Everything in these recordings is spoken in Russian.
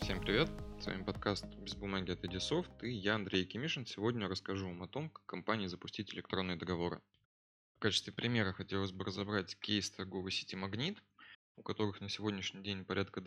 Всем привет! С вами подкаст «Без бумаги» от Edisoft и я, Андрей Кимишин. Сегодня расскажу вам о том, как компании запустить электронные договоры. В качестве примера хотелось бы разобрать кейс торговой сети «Магнит», у которых на сегодняшний день порядка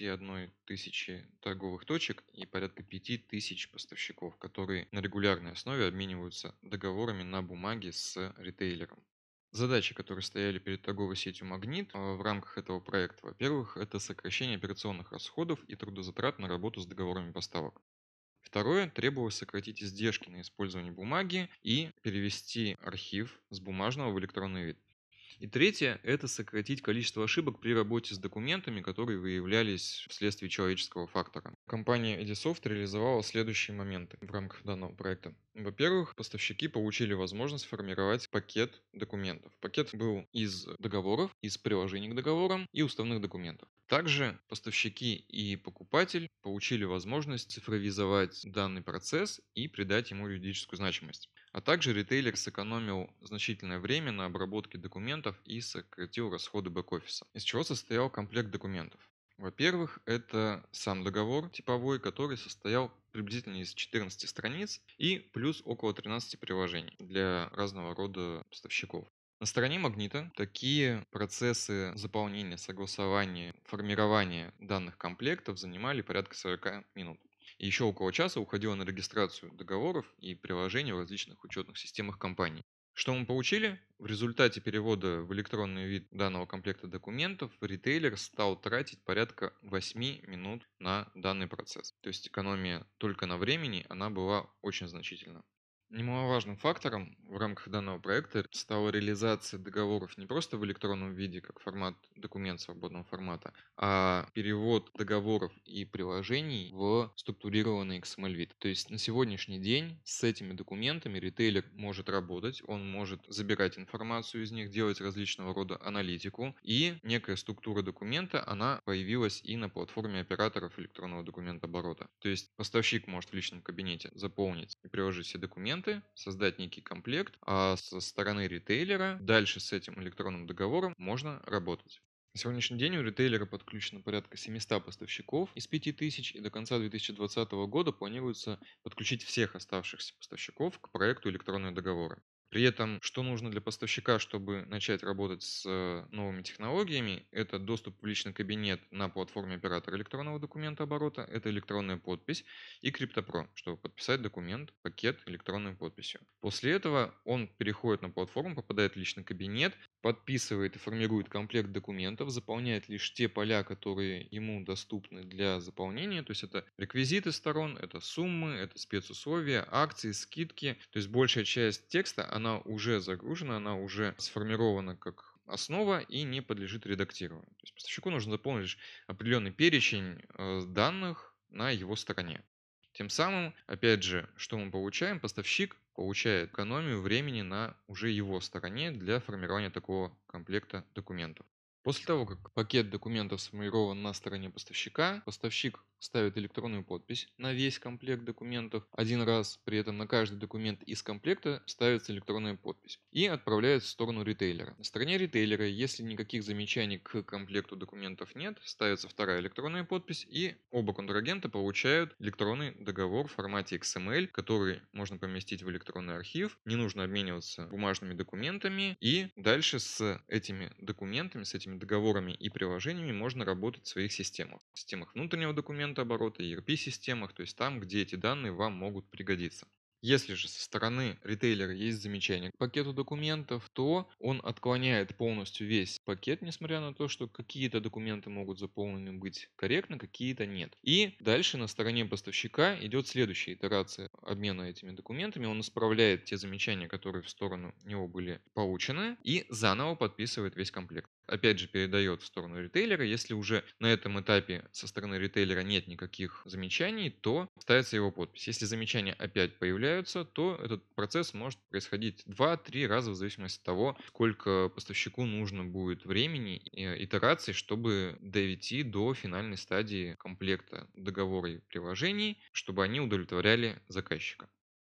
21 тысячи торговых точек и порядка 5000 поставщиков, которые на регулярной основе обмениваются договорами на бумаге с ритейлером. Задачи, которые стояли перед торговой сетью «Магнит» в рамках этого проекта, во-первых, это сокращение операционных расходов и трудозатрат на работу с договорами поставок. Второе, требовалось сократить издержки на использование бумаги и перевести архив с бумажного в электронный вид. И третье – это сократить количество ошибок при работе с документами, которые выявлялись вследствие человеческого фактора. Компания Edisoft реализовала следующие моменты в рамках данного проекта. Во-первых, поставщики получили возможность формировать пакет документов. Пакет был из договоров, из приложений к договорам и уставных документов. Также поставщики и покупатель получили возможность цифровизовать данный процесс и придать ему юридическую значимость. А также ритейлер сэкономил значительное время на обработке документов и сократил расходы бэк-офиса. Из чего состоял комплект документов? Во-первых, это сам договор типовой, который состоял приблизительно из 14 страниц и плюс около 13 приложений для разного рода поставщиков. На стороне Магнита такие процессы заполнения, согласования, формирования данных комплектов занимали порядка 40 минут. И еще около часа уходило на регистрацию договоров и приложений в различных учетных системах компании. Что мы получили? В результате перевода в электронный вид данного комплекта документов ритейлер стал тратить порядка 8 минут на данный процесс. То есть экономия только на времени, она была очень значительна. Немаловажным фактором в рамках данного проекта стала реализация договоров не просто в электронном виде, как формат документ свободного формата, а перевод договоров и приложений в структурированный XML-вид. То есть на сегодняшний день с этими документами ритейлер может работать, он может забирать информацию из них, делать различного рода аналитику, и некая структура документа, она появилась и на платформе операторов электронного документооборота. То есть поставщик может в личном кабинете заполнить и приложить все документы, создать некий комплект, а со стороны ритейлера дальше с этим электронным договором можно работать. На сегодняшний день у ритейлера подключено порядка 700 поставщиков из 5000, и до конца 2020 года планируется подключить всех оставшихся поставщиков к проекту электронные договоры. При этом, что нужно для поставщика, чтобы начать работать с новыми технологиями, это доступ в личный кабинет на платформе оператора электронного документа оборота, это электронная подпись и CryptoPro, чтобы подписать документ, пакет электронной подписью. После этого он переходит на платформу, попадает в личный кабинет, подписывает и формирует комплект документов, заполняет лишь те поля, которые ему доступны для заполнения. То есть это реквизиты сторон, это суммы, это спецусловия, акции, скидки. То есть большая часть текста, она уже загружена, она уже сформирована как основа и не подлежит редактированию. То есть поставщику нужно заполнить лишь определенный перечень данных на его стороне. Тем самым, опять же, что мы получаем? Поставщик получает экономию времени на уже его стороне для формирования такого комплекта документов. После того, как пакет документов сформирован на стороне поставщика, поставщик ставит электронную подпись на весь комплект документов один раз, при этом на каждый документ из комплекта ставится электронная подпись и отправляет в сторону ритейлера. На стороне ритейлера, если никаких замечаний к комплекту документов нет, ставится вторая электронная подпись, и оба контрагента получают электронный договор в формате XML, который можно поместить в электронный архив, не нужно обмениваться бумажными документами, и дальше с этими документами, с этими договорами и приложениями можно работать в своих системах. В системах внутреннего документа оборота, ERP-системах, то есть там, где эти данные вам могут пригодиться. Если же со стороны ритейлера есть замечания к пакету документов, то он отклоняет полностью весь пакет, несмотря на то, что какие-то документы могут заполнены быть корректно, какие-то нет. И дальше на стороне поставщика идет следующая итерация обмена этими документами. Он исправляет те замечания, которые в сторону него были получены, и заново подписывает весь комплект. Опять же, передает в сторону ритейлера. Если уже на этом этапе со стороны ритейлера нет никаких замечаний, то ставится его подпись. Если замечания опять появляются, то этот процесс может происходить 2-3 раза в зависимости от того, сколько поставщику нужно будет времени и итераций, чтобы довести до финальной стадии комплекта договора и приложений, чтобы они удовлетворяли заказчика.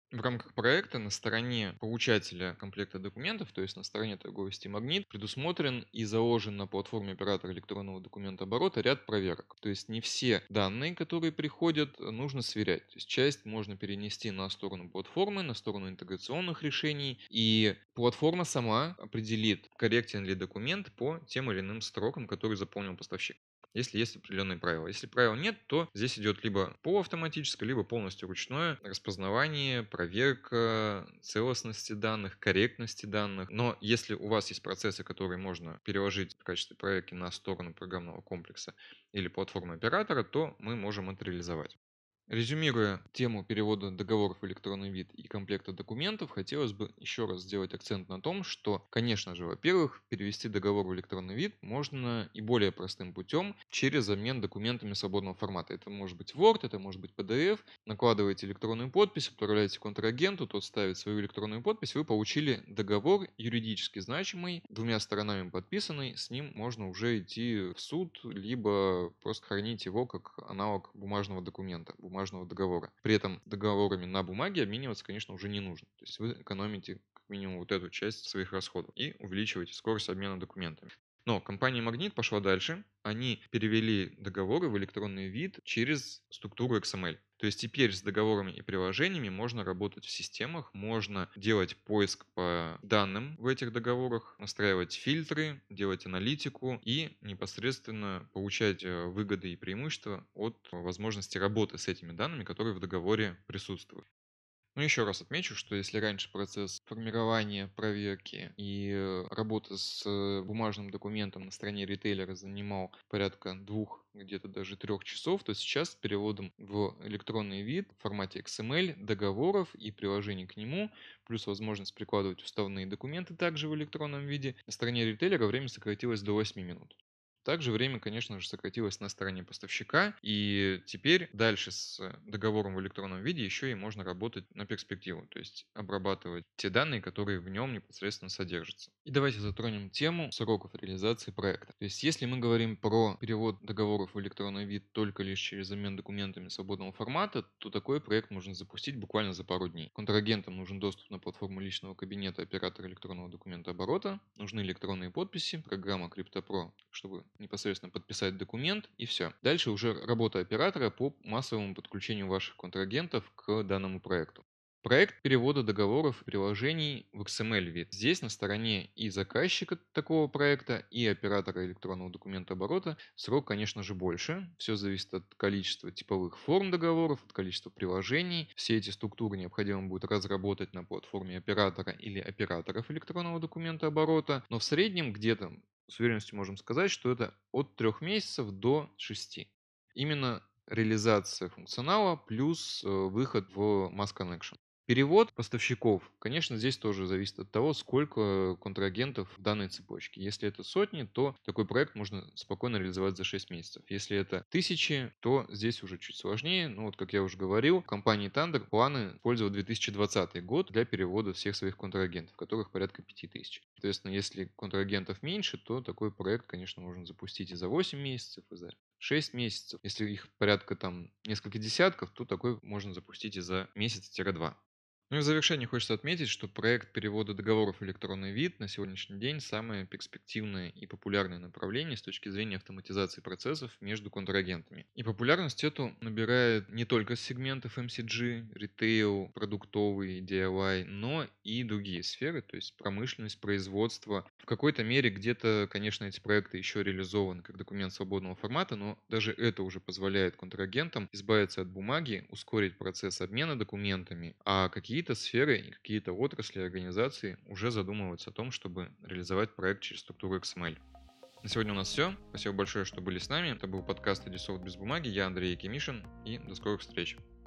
В рамках проекта на стороне получателя комплекта документов, то есть на стороне торговой сети Магнит, предусмотрен и заложен на платформе оператора электронного документа оборота ряд проверок. То есть не все данные, которые приходят, нужно сверять. То есть часть можно перенести на сторону платформы, на сторону интеграционных решений, и платформа сама определит, корректен ли документ по тем или иным строкам, которые заполнил поставщик. Если есть определенные правила. Если правил нет, то здесь идет либо полуавтоматическое, либо полностью ручное распознавание, проверка целостности данных, корректности данных. Но если у вас есть процессы, которые можно переложить в качестве проверки на сторону программного комплекса или платформы оператора, то мы можем это реализовать. Резюмируя тему перевода договоров в электронный вид и комплекта документов, хотелось бы еще раз сделать акцент на том, что, конечно же, во-первых, перевести договор в электронный вид можно и более простым путем через обмен документами свободного формата. Это может быть Word, это может быть PDF. Накладываете электронную подпись, отправляете контрагенту, тот ставит свою электронную подпись, вы получили договор юридически значимый, двумя сторонами подписанный, с ним можно уже идти в суд, либо просто хранить его как аналог бумажного документа, бумажного договора. При этом договорами на бумаге обмениваться, конечно, уже не нужно. То есть вы экономите как минимум вот эту часть своих расходов и увеличиваете скорость обмена документами. Но компания Магнит пошла дальше. Они перевели договоры в электронный вид через структуру XML. То есть теперь с договорами и приложениями можно работать в системах, можно делать поиск по данным в этих договорах, настраивать фильтры, делать аналитику и непосредственно получать выгоды и преимущества от возможности работы с этими данными, которые в договоре присутствуют. Ну, еще раз отмечу, что если раньше процесс формирования, проверки и работы с бумажным документом на стороне ритейлера занимал порядка 2, где-то даже 3 часов, то сейчас с переводом в электронный вид в формате XML договоров и приложений к нему, плюс возможность прикладывать уставные документы также в электронном виде, на стороне ритейлера время сократилось до 8 минут. Также время, конечно же, сократилось на стороне поставщика, и теперь дальше с договором в электронном виде еще и можно работать на перспективу, то есть обрабатывать те данные, которые в нем непосредственно содержатся. И давайте затронем тему сроков реализации проекта. То есть если мы говорим про перевод договоров в электронный вид только лишь через обмен документами свободного формата, то такой проект можно запустить буквально за пару дней. Контрагентам нужен доступ на платформу личного кабинета оператора электронного документа оборота, нужны электронные подписи, программа CryptoPro, чтобы непосредственно подписать документ, и все. Дальше уже работа оператора по массовому подключению ваших контрагентов к данному проекту. Проект перевода договоров и приложений в XML вид. Здесь на стороне и заказчика такого проекта, и оператора электронного документа оборота срок, конечно же, больше. Все зависит от количества типовых форм договоров, от количества приложений. Все эти структуры необходимо будет разработать на платформе оператора или операторов электронного документа оборота. Но в среднем где-то с уверенностью можем сказать, что это от 3 месяцев до 6. Именно реализация функционала плюс выход в Mass Connection. Перевод поставщиков, конечно, здесь тоже зависит от того, сколько контрагентов в данной цепочке. Если это сотни, то такой проект можно спокойно реализовать за 6 месяцев. Если это тысячи, то здесь уже чуть сложнее. Ну вот, как я уже говорил, у компании Thunder планы использовать 2020 год для перевода всех своих контрагентов, которых порядка 5000. Соответственно, если контрагентов меньше, то такой проект, конечно, можно запустить и за 8 месяцев, и за 6 месяцев. Если их порядка там несколько десятков, то такой можно запустить и за месяц-два. Ну и в завершение хочется отметить, что проект перевода договоров в электронный вид на сегодняшний день самое перспективное и популярное направление с точки зрения автоматизации процессов между контрагентами. И популярность эту набирает не только с сегментов MCG, ритейл, продуктовый, DIY, но и другие сферы, то есть промышленность, производство. В какой-то мере где-то, конечно, эти проекты еще реализованы как документ свободного формата, но даже это уже позволяет контрагентам избавиться от бумаги, ускорить процесс обмена документами, а какие-то сферы и какие-то отрасли организации уже задумываются о том, чтобы реализовать проект через структуру XML. На сегодня у нас все. Спасибо большое, что были с нами. Это был подкаст «Эдисофт без бумаги». Я Андрей Якимишин, и до скорых встреч.